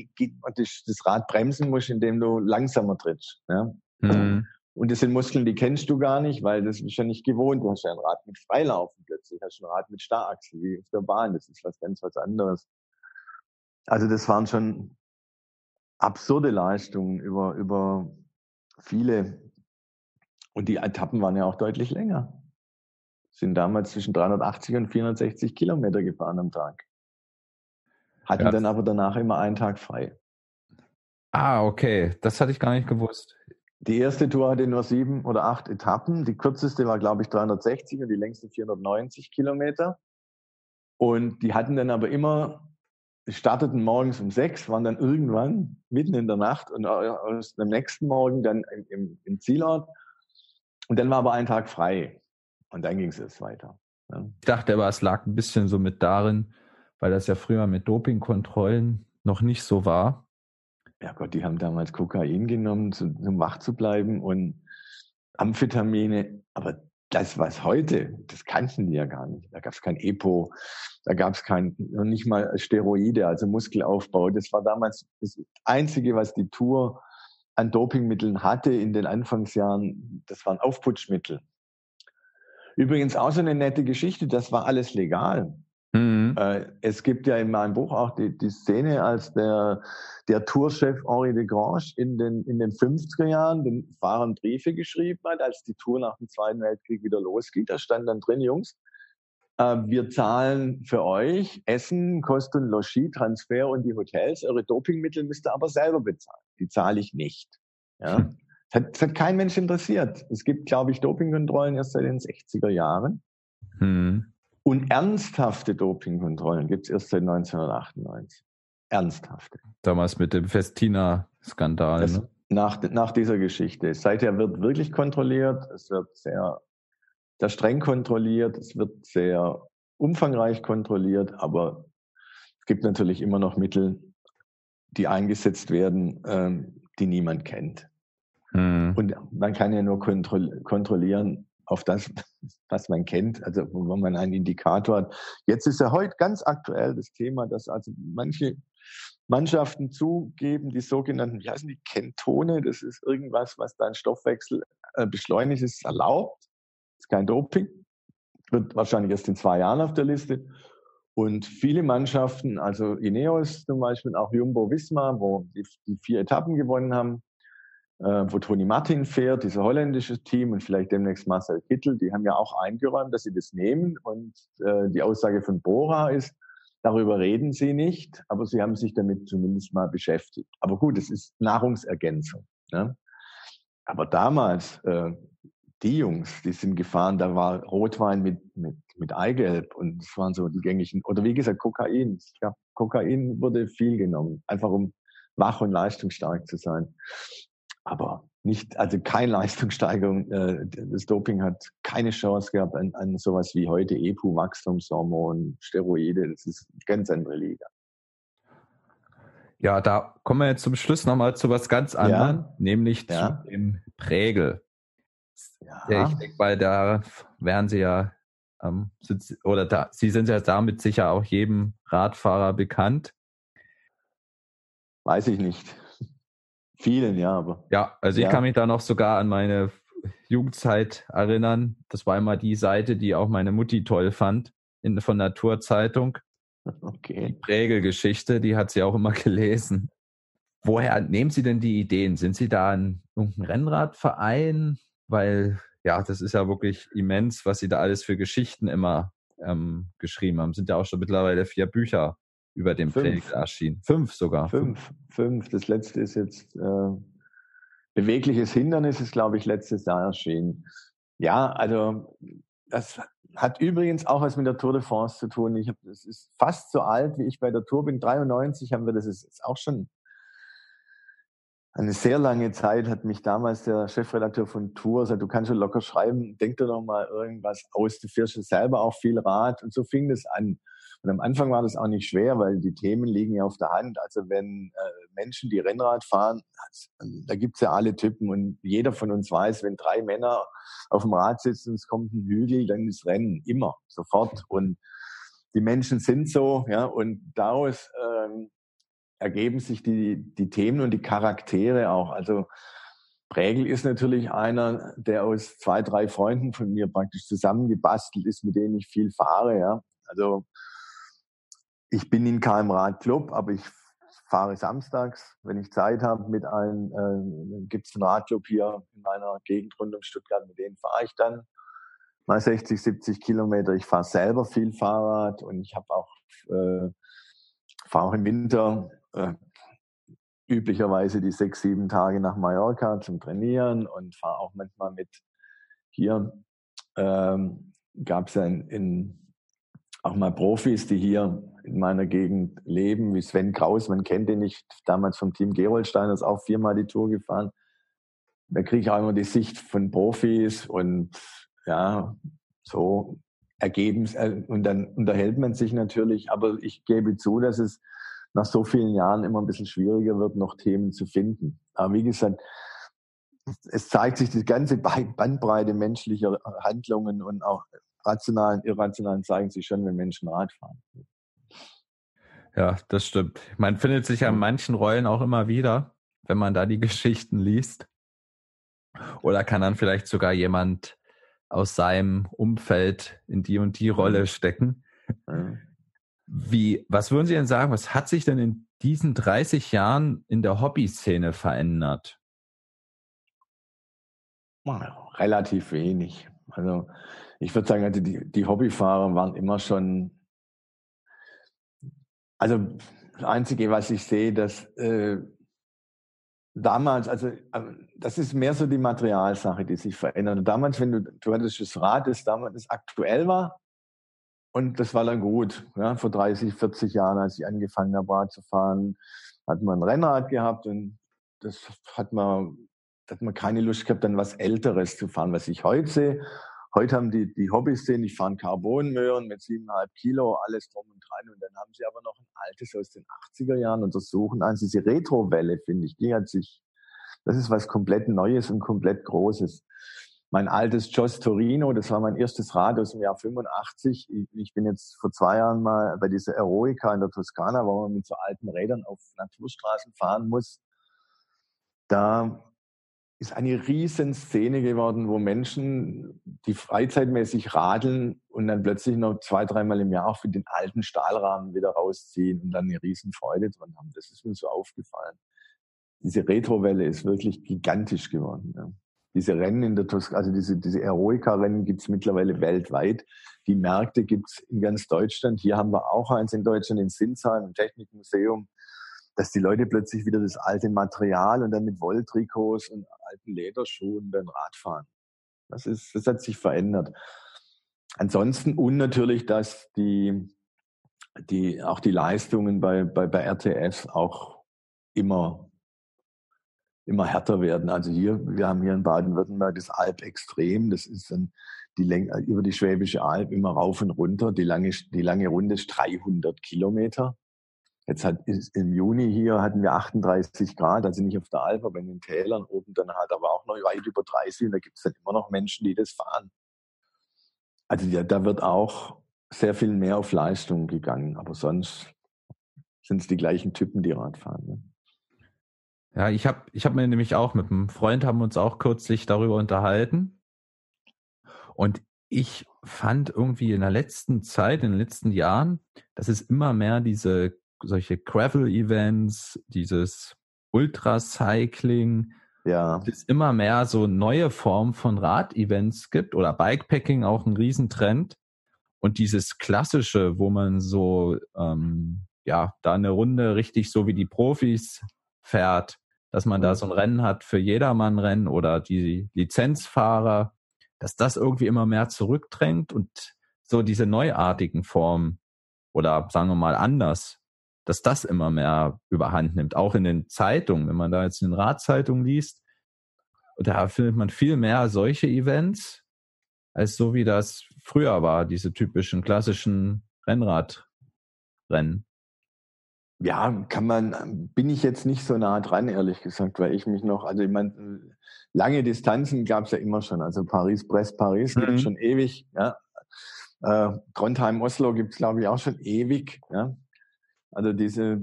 das Rad bremsen musst, indem du langsamer trittst. Ja? Mhm. Und das sind Muskeln, die kennst du gar nicht, weil das ist ja nicht gewohnt. Du hast ja ein Rad mit Freilaufen plötzlich, hast ein Rad mit Starrachse, wie auf der Bahn. Das ist was anderes. Also das waren schon absurde Leistungen über viele. Und die Etappen waren ja auch deutlich länger. Sind damals zwischen 380 und 460 Kilometer gefahren am Tag. Hatten dann aber danach immer einen Tag frei. Ah, okay. Das hatte ich gar nicht gewusst. Die erste Tour hatte nur 7 oder 8 Etappen. Die kürzeste war, glaube ich, 360 und die längste 490 Kilometer. Und die hatten dann aber immer, starteten morgens um 6, waren dann irgendwann mitten in der Nacht und aus dem nächsten Morgen dann im Zielort. Und dann war aber ein Tag frei. Und dann ging es erst weiter. Ja. Ich dachte aber, es lag ein bisschen so mit darin, weil das ja früher mit Dopingkontrollen noch nicht so war. Ja Gott, die haben damals Kokain genommen, um wach zu bleiben und Amphetamine. Aber das, was heute, das kannten die ja gar nicht. Da gab es kein EPO, da gab es noch nicht mal Steroide, also Muskelaufbau. Das war damals das Einzige, was die Tour an Dopingmitteln hatte in den Anfangsjahren. Das waren Aufputschmittel. Übrigens auch so eine nette Geschichte, das war alles legal. Mhm. Es gibt ja in meinem Buch auch die Szene, als der Tourchef Henri de Grange in den 50er Jahren den Fahrern Briefe geschrieben hat, als die Tour nach dem Zweiten Weltkrieg wieder losgeht. Da stand dann drin, Jungs, wir zahlen für euch Essen, Kost und Logis, Transfer und die Hotels. Eure Dopingmittel müsst ihr aber selber bezahlen. Die zahle ich nicht. Ja? Das hat kein Mensch interessiert. Es gibt, glaube ich, Dopingkontrollen erst seit den 60er Jahren. Mhm. Und ernsthafte Dopingkontrollen gibt es erst seit 1998. Ernsthafte. Damals mit dem Festina-Skandal. Ne? Nach dieser Geschichte. Seither wird wirklich kontrolliert. Es wird sehr streng kontrolliert. Es wird sehr umfangreich kontrolliert. Aber es gibt natürlich immer noch Mittel, die eingesetzt werden, die niemand kennt. Mhm. Und man kann ja nur kontrollieren auf das, was man kennt, also wo man einen Indikator hat. Jetzt ist ja heute ganz aktuell das Thema, dass also manche Mannschaften zugeben, die sogenannten, wie heißen die, Ketone, das ist irgendwas, was deinen Stoffwechsel beschleunigt, ist erlaubt, ist kein Doping, wird wahrscheinlich erst in 2 Jahren auf der Liste. Und viele Mannschaften, also Ineos zum Beispiel, auch Jumbo-Visma, wo die 4 Etappen gewonnen haben, wo Toni Martin fährt, dieses holländische Team und vielleicht demnächst Marcel Kittel, die haben ja auch eingeräumt, dass sie das nehmen. Und die Aussage von Bora ist, darüber reden sie nicht, aber sie haben sich damit zumindest mal beschäftigt. Aber gut, es ist Nahrungsergänzung. Ne? Aber damals, die Jungs, die sind gefahren, da war Rotwein mit Eigelb und es waren so die gängigen, oder wie gesagt, Kokain. Ich glaube, Kokain wurde viel genommen, einfach um wach und leistungsstark zu sein. Aber nicht, also keine Leistungssteigerung. Das Doping hat keine Chance gehabt an sowas wie heute EPO, Wachstumshormon, Steroide. Das ist eine ganz andere Liga. Ja, da kommen wir jetzt zum Schluss nochmal zu was ganz anderem, nämlich zu dem Prägel. Ja, ich denke mal, da wären Sie ja, Sie sind ja damit sicher auch jedem Radfahrer bekannt. Weiß ich nicht. Vielen, ja, aber. Ja, also ich kann mich da noch sogar an meine Jugendzeit erinnern. Das war immer die Seite, die auch meine Mutti toll fand, von Naturzeitung. Okay. Die Prägelgeschichte, die hat sie auch immer gelesen. Woher nehmen Sie denn die Ideen? Sind Sie da in irgendeinem Rennradverein? Weil, ja, das ist ja wirklich immens, was Sie da alles für Geschichten immer geschrieben haben. Sind ja auch schon mittlerweile 4 Bücher über den Prägel erschienen. 5 sogar. 5. Das letzte ist jetzt Bewegliches Hindernis ist, glaube ich, letztes Jahr erschienen. Ja, also das hat übrigens auch was mit der Tour de France zu tun. Es ist fast so alt, wie ich bei der Tour bin. 93 haben wir, das ist jetzt auch schon eine sehr lange Zeit, hat mich damals der Chefredakteur von Tour gesagt, du kannst schon locker schreiben, denk dir doch mal irgendwas aus, du fährst ja selber auch viel Rad. Und so fing das an. Und am Anfang war das auch nicht schwer, weil die Themen liegen ja auf der Hand. Also wenn Menschen, die Rennrad fahren, da gibt's ja alle Typen. Und jeder von uns weiß, wenn 3 Männer auf dem Rad sitzen und es kommt ein Hügel, dann ist Rennen immer, sofort. Und die Menschen sind so, ja, und daraus ergeben sich die Themen und die Charaktere auch. Also Prägel ist natürlich einer, der aus 2, 3 Freunden von mir praktisch zusammengebastelt ist, mit denen ich viel fahre. Ja. Also ich bin in keinem Radclub, aber ich fahre samstags, wenn ich Zeit habe, mit gibt es einen Radclub hier in meiner Gegend rund um Stuttgart, mit denen fahre ich dann mal 60, 70 Kilometer. Ich fahre selber viel Fahrrad und ich habe auch fahre auch im Winter üblicherweise die 6, 7 Tage nach Mallorca zum Trainieren und fahre auch manchmal mit. Hier gab es ja auch mal Profis, die hier in meiner Gegend leben, wie Sven Kraus, man kennt den nicht, damals vom Team Gerolstein, ist auch 4-mal die Tour gefahren. Da kriege ich auch immer die Sicht von Profis und ja, so ergeben und dann unterhält man sich natürlich, aber ich gebe zu, dass es nach so vielen Jahren immer ein bisschen schwieriger wird, noch Themen zu finden. Aber wie gesagt, es zeigt sich die ganze Bandbreite menschlicher Handlungen und auch rationalen, irrationalen zeigen sich schon, wenn Menschen Rad fahren. Ja, das stimmt. Man findet sich ja in manchen Rollen auch immer wieder, wenn man da die Geschichten liest. Oder kann dann vielleicht sogar jemand aus seinem Umfeld in die und die Rolle stecken. Was würden Sie denn sagen, was hat sich denn in diesen 30 Jahren in der Hobbyszene verändert? Relativ wenig. Also ich würde sagen, also die Hobbyfahrer waren immer schon, also das Einzige, was ich sehe, dass damals, also das ist mehr so die Materialsache, die sich verändert. Und damals, wenn du hattest das Rad, das damals aktuell war, und das war dann gut. Ja, vor 30, 40 Jahren, als ich angefangen habe, Rad zu fahren, hat man ein Rennrad gehabt und das hat man keine Lust gehabt, dann was Älteres zu fahren, was ich heute sehe. Heute haben die Hobbyszene, die fahren Carbonmöhren mit 7,5 Kilo, alles drum und dran. Und dann haben sie aber noch ein altes aus den 80er Jahren und versuchen an diese Retro-Welle, finde ich, das ist was komplett Neues und komplett Großes. Mein altes Joss Torino, das war mein erstes Rad aus dem Jahr 85. Ich bin jetzt vor 2 Jahren mal bei dieser Eroica in der Toskana, wo man mit so alten Rädern auf Naturstraßen fahren muss. Da ist eine riesen Szene geworden, wo Menschen, die freizeitmäßig radeln und dann plötzlich noch 2, 3 Mal im Jahr auch für den alten Stahlrahmen wieder rausziehen und dann eine riesen Freude dran haben. Das ist mir so aufgefallen. Diese Retrowelle ist wirklich gigantisch geworden. Ja. Diese Rennen in der Toskana, also diese Eroica-Rennen gibt's mittlerweile weltweit. Die Märkte gibt's in ganz Deutschland. Hier haben wir auch eins in Deutschland, in Sinsheim, im Technikmuseum, dass die Leute plötzlich wieder das alte Material und dann mit Wolltrikots und alten Lederschuhen dann Rad fahren. Das hat sich verändert. Ansonsten und natürlich, dass auch die Leistungen bei RTS auch immer härter werden. Also wir haben hier in Baden-Württemberg das Alpextrem, das ist dann über die Schwäbische Alb immer rauf und runter. Die lange Runde ist 300 Kilometer. im Juni hier hatten wir 38 Grad, also nicht auf der Alp, aber in den Tälern oben dann halt, aber auch noch weit über 30 und da gibt es dann immer noch Menschen, die das fahren. Also ja, da wird auch sehr viel mehr auf Leistung gegangen, aber sonst sind es die gleichen Typen, die Rad fahren. Ne? Ja, ich hab mir nämlich auch mit einem Freund haben wir uns auch kürzlich darüber unterhalten. Und ich fand irgendwie in der letzten Zeit, in den letzten Jahren, dass es immer mehr solche Gravel-Events, dieses Ultracycling, Ja. dass es immer mehr so neue Formen von Rad-Events gibt oder Bikepacking auch ein Riesentrend. Und dieses Klassische, wo man so, da eine Runde richtig so wie die Profis fährt, dass man da so ein Rennen hat für Jedermann-Rennen oder die Lizenzfahrer, dass das irgendwie immer mehr zurückdrängt und so diese neuartigen Formen oder sagen wir mal anders, dass das immer mehr überhand nimmt. Auch in den Zeitungen, wenn man da jetzt in den Radzeitungen liest, da findet man viel mehr solche Events, als so wie das früher war, diese typischen klassischen Rennradrennen. Ja, bin ich jetzt nicht so nah dran, ehrlich gesagt, weil ich mich noch, also ich meine, lange Distanzen gab es ja immer schon. Also Paris-Brest-Paris gibt es schon ewig. Ja. Trondheim-Oslo gibt es, glaube ich, auch schon ewig. Ja. Also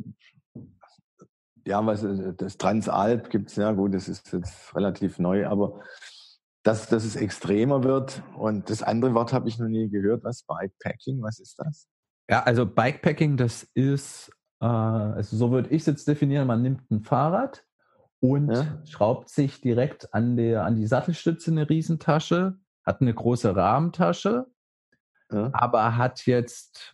das Transalp gibt es, ja gut, das ist jetzt relativ neu, aber dass es extremer wird. Und das andere Wort habe ich noch nie gehört. Was? Bikepacking, was ist das? Ja, also Bikepacking, das ist, also so würde ich es jetzt definieren, man nimmt ein Fahrrad und schraubt sich direkt an die Sattelstütze eine Riesentasche, hat eine große Rahmentasche, aber hat jetzt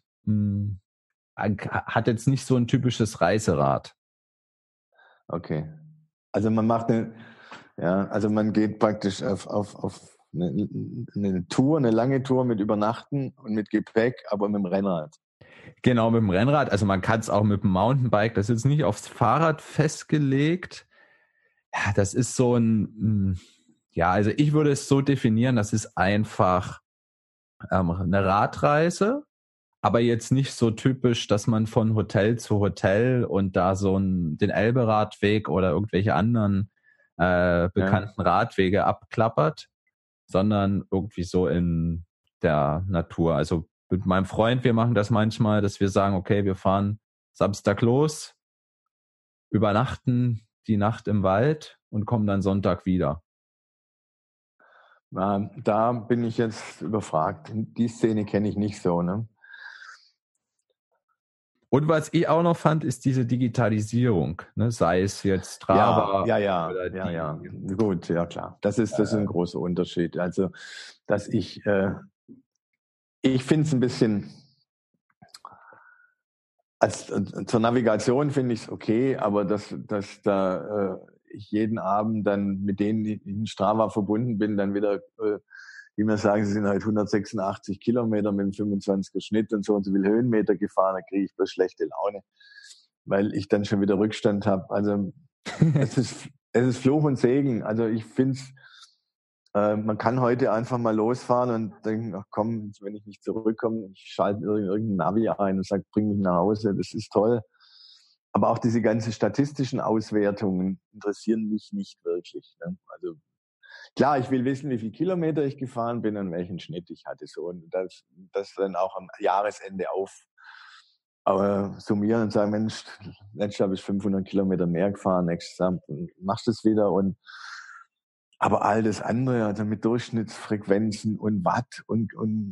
nicht so ein typisches Reiserad. Okay. Also man geht praktisch auf eine Tour, eine lange Tour mit Übernachten und mit Gepäck, aber mit dem Rennrad. Genau, mit dem Rennrad. Also man kann es auch mit dem Mountainbike. Das ist jetzt nicht aufs Fahrrad festgelegt. Ja, das ist so also ich würde es so definieren, das ist einfach eine Radreise, aber jetzt nicht so typisch, dass man von Hotel zu Hotel und da so den Elberadweg oder irgendwelche anderen bekannten Radwege abklappert, sondern irgendwie so in der Natur. Also mit meinem Freund, wir machen das manchmal, dass wir sagen, okay, wir fahren Samstag los, übernachten die Nacht im Wald und kommen dann Sonntag wieder. Da bin ich jetzt überfragt. Die Szene kenne ich nicht so, ne? Und was ich auch noch fand, ist diese Digitalisierung, ne? Sei es jetzt Strava. Ja. Gut, ja klar. Das ist ein großer Unterschied. Also, dass ich finde es ein bisschen, zur Navigation finde ich es okay, aber dass ich jeden Abend dann mit denen, die in Strava verbunden bin, dann wieder, wie wir sagen, sie sind halt 186 Kilometer mit einem 25er Schnitt und so viele Höhenmeter gefahren, da kriege ich bloß schlechte Laune, weil ich dann schon wieder Rückstand habe. Also es ist Fluch und Segen. Also ich finde es, man kann heute einfach mal losfahren und denken, ach komm, wenn ich nicht zurückkomme, ich schalte irgendein Navi ein und sage, bring mich nach Hause, das ist toll. Aber auch diese ganzen statistischen Auswertungen interessieren mich nicht wirklich. Ne? Also klar, ich will wissen, wie viele Kilometer ich gefahren bin und welchen Schnitt ich hatte. So. Und das dann auch am Jahresende summieren und sagen, Mensch, letztes Jahr habe ich 500 Kilometer mehr gefahren, nächstes Jahr machst du es wieder. Aber all das andere, also mit Durchschnittsfrequenzen und Watt und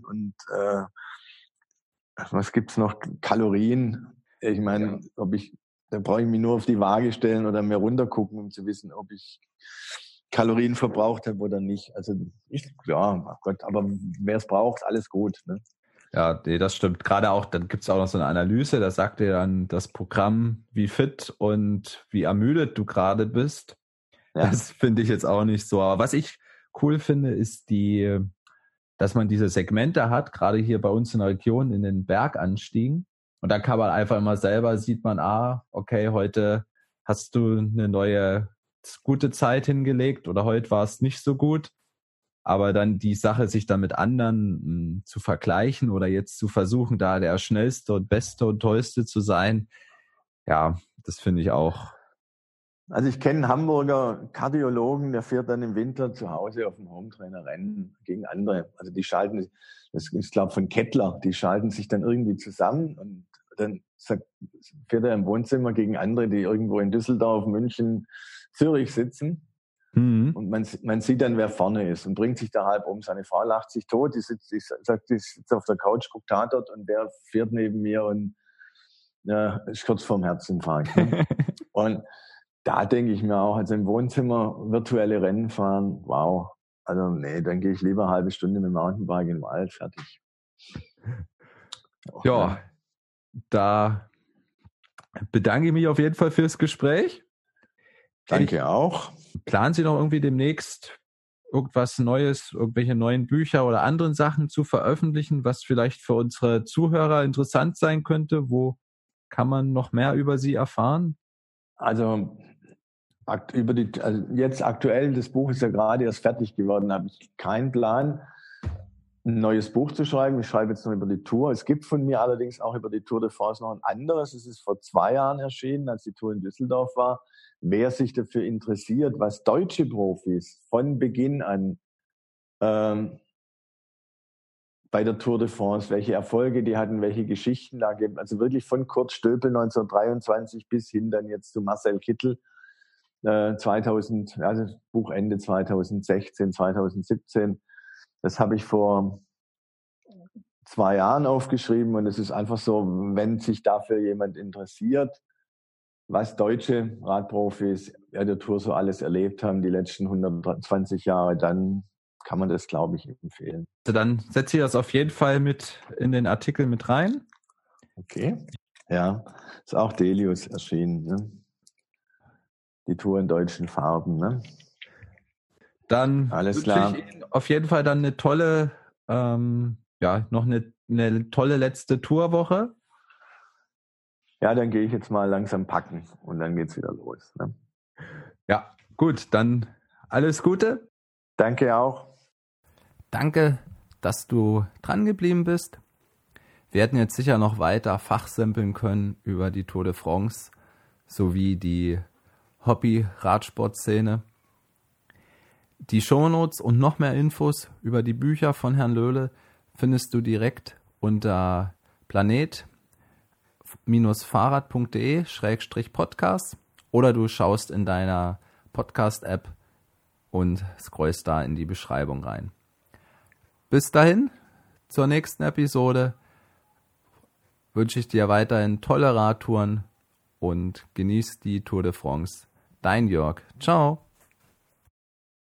was gibt's noch? Kalorien. Ich meine, da brauche ich mich nur auf die Waage stellen oder mir runtergucken, um zu wissen, ob ich Kalorien verbraucht habe oder nicht. Also Gott, aber wer es braucht, alles gut. Ne? Ja, nee, das stimmt. Gerade auch, dann gibt's auch noch so eine Analyse, da sagt dir dann das Programm, wie fit und wie ermüdet du gerade bist. Ja. Das finde ich jetzt auch nicht so. Aber was ich cool finde, ist dass man diese Segmente hat, gerade hier bei uns in der Region in den Berganstiegen. Und dann kann man einfach immer selber, sieht man, okay, heute hast du eine neue gute Zeit hingelegt oder heute war es nicht so gut. Aber dann die Sache, sich dann mit anderen zu vergleichen oder jetzt zu versuchen, da der schnellste und beste und tollste zu sein, Ja, das finde ich auch. Also ich kenne einen Hamburger Kardiologen, der fährt dann im Winter zu Hause auf dem Hometrainer Rennen gegen andere. Also die schalten, das ist glaube von Kettler, die schalten sich dann irgendwie zusammen und dann fährt er im Wohnzimmer gegen andere, die irgendwo in Düsseldorf, München, Zürich sitzen. Und man sieht dann, wer vorne ist und bringt sich da halb um. Seine Frau lacht sich tot, die sitzt auf der Couch, guckt Tatort und der fährt neben mir und ja, ist kurz vorm Herzinfarkt. Ne? Und da denke ich mir auch, also im Wohnzimmer virtuelle Rennen fahren, wow. Also nee, dann gehe ich lieber eine halbe Stunde mit dem Mountainbike in den Wald, fertig. Ja, da bedanke ich mich auf jeden Fall fürs Gespräch. Danke auch. Planen Sie noch irgendwie demnächst irgendwas Neues, irgendwelche neuen Bücher oder anderen Sachen zu veröffentlichen, was vielleicht für unsere Zuhörer interessant sein könnte? Wo kann man noch mehr über Sie erfahren? Also jetzt aktuell, das Buch ist ja gerade erst fertig geworden, habe ich keinen Plan, ein neues Buch zu schreiben. Ich schreibe jetzt noch über die Tour. Es gibt von mir allerdings auch über die Tour de France noch ein anderes. Es ist vor 2 Jahren erschienen, als die Tour in Düsseldorf war. Wer sich dafür interessiert, was deutsche Profis von Beginn an bei der Tour de France, welche Erfolge die hatten, welche Geschichten da gibt. Also wirklich von Kurt Stöpel 1923 bis hin dann jetzt zu Marcel Kittel 2000, also Buchende 2016, 2017. Das habe ich vor 2 Jahren aufgeschrieben und es ist einfach so, wenn sich dafür jemand interessiert, was deutsche Radprofis bei der Tour so alles erlebt haben, die letzten 120 Jahre, dann kann man das, glaube ich, empfehlen. Also dann setze ich das auf jeden Fall mit in den Artikel mit rein. Okay. Ja, ist auch Delius erschienen, ne? Die Tour in deutschen Farben, ne? Dann alles klar. Ich Ihnen auf jeden Fall dann eine tolle, noch eine tolle letzte Tourwoche. Ja, dann gehe ich jetzt mal langsam packen und dann geht's wieder los. Ne? Ja, gut, dann alles Gute. Danke auch. Danke, dass du dran geblieben bist. Wir hätten jetzt sicher noch weiter fachsimpeln können über die Tour de France sowie die Hobby-Radsportszene. Die Shownotes und noch mehr Infos über die Bücher von Herrn Löhle findest du direkt unter planet-fahrrad.de/podcast oder du schaust in deiner Podcast-App und scrollst da in die Beschreibung rein. Bis dahin, zur nächsten Episode wünsche ich dir weiterhin tolle Radtouren und genieß die Tour de France. Dein Jörg. Ciao.